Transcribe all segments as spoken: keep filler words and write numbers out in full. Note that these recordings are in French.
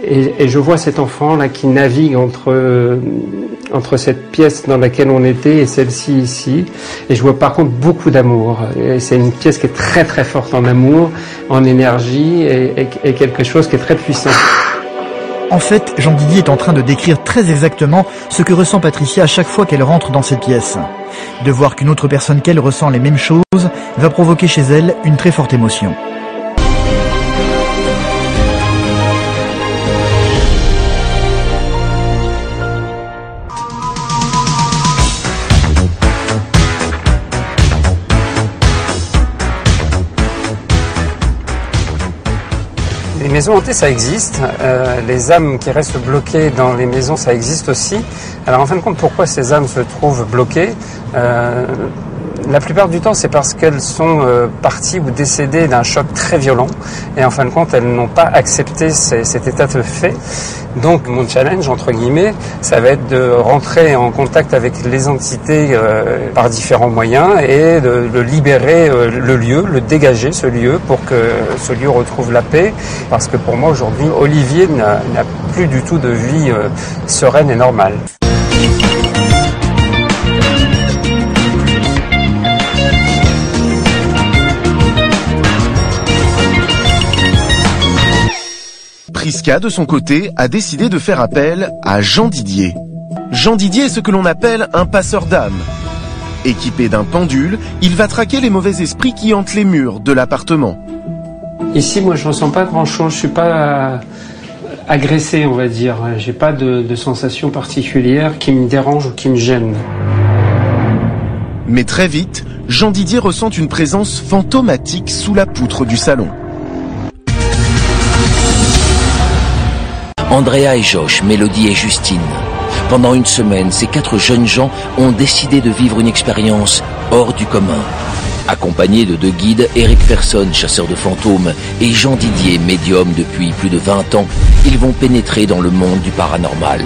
et, et je vois cet enfant là qui navigue entre euh, entre cette pièce dans laquelle on était et celle-ci ici, et je vois par contre beaucoup d'amour. Et c'est une pièce qui est très très forte en amour, en énergie, et, et, et quelque chose qui est très puissant. En fait, Jean Didier est en train de décrire très exactement ce que ressent Patricia à chaque fois qu'elle rentre dans cette pièce. De voir qu'une autre personne qu'elle ressent les mêmes choses va provoquer chez elle une très forte émotion. Les maisons hantées, ça existe. Euh, les âmes qui restent bloquées dans les maisons, ça existe aussi. Alors en fin de compte, pourquoi ces âmes se trouvent bloquées ? euh, La plupart du temps, c'est parce qu'elles sont euh, parties ou décédées d'un choc très violent. Et en fin de compte, elles n'ont pas accepté ces, cet état de fait. Donc mon challenge, entre guillemets, ça va être de rentrer en contact avec les entités euh, par différents moyens et de, de libérer euh, le lieu, le dégager ce lieu pour que ce lieu retrouve la paix. Parce que pour moi aujourd'hui, Olivier n'a, n'a plus du tout de vie euh, sereine et normale. Prisca, de son côté, a décidé de faire appel à Jean Didier. Jean Didier est ce que l'on appelle un passeur d'âme. Équipé d'un pendule, il va traquer les mauvais esprits qui hantent les murs de l'appartement. Ici, moi, je ressens pas grand-chose. Je suis pas agressé, on va dire. J'ai pas de, de sensation particulière qui me dérange ou qui me gêne. Mais très vite, Jean Didier ressent une présence fantomatique sous la poutre du salon. Andrea et Josh, Mélodie et Justine. Pendant une semaine, ces quatre jeunes gens ont décidé de vivre une expérience hors du commun. Accompagnés de deux guides, Eric Persson, chasseur de fantômes, et Jean Didier, médium depuis plus de vingt ans, ils vont pénétrer dans le monde du paranormal.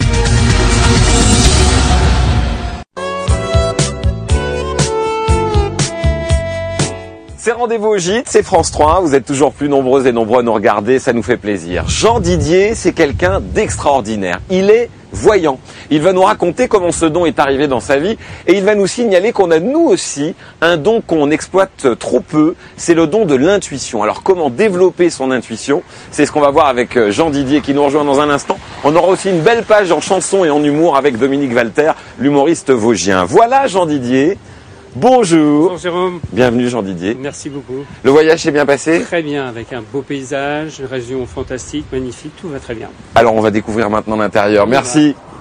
C'est Rendez-vous au Gîte, c'est France trois, vous êtes toujours plus nombreux et nombreux à nous regarder, ça nous fait plaisir. Jean Didier, c'est quelqu'un d'extraordinaire. Il est voyant. Il va nous raconter comment ce don est arrivé dans sa vie et il va nous signaler qu'on a nous aussi un don qu'on exploite trop peu, c'est le don de l'intuition. Alors comment développer son intuition? C'est ce qu'on va voir avec Jean Didier qui nous rejoint dans un instant. On aura aussi une belle page en chanson et en humour avec Dominique Walter, l'humoriste vosgien. Voilà Jean Didier. Bonjour. Bonjour Jérôme. Bienvenue Jean Didier. Merci beaucoup. Le voyage s'est bien passé? Très bien, avec un beau paysage, une région fantastique, magnifique, tout va très bien. Alors on va découvrir maintenant l'intérieur. Merci.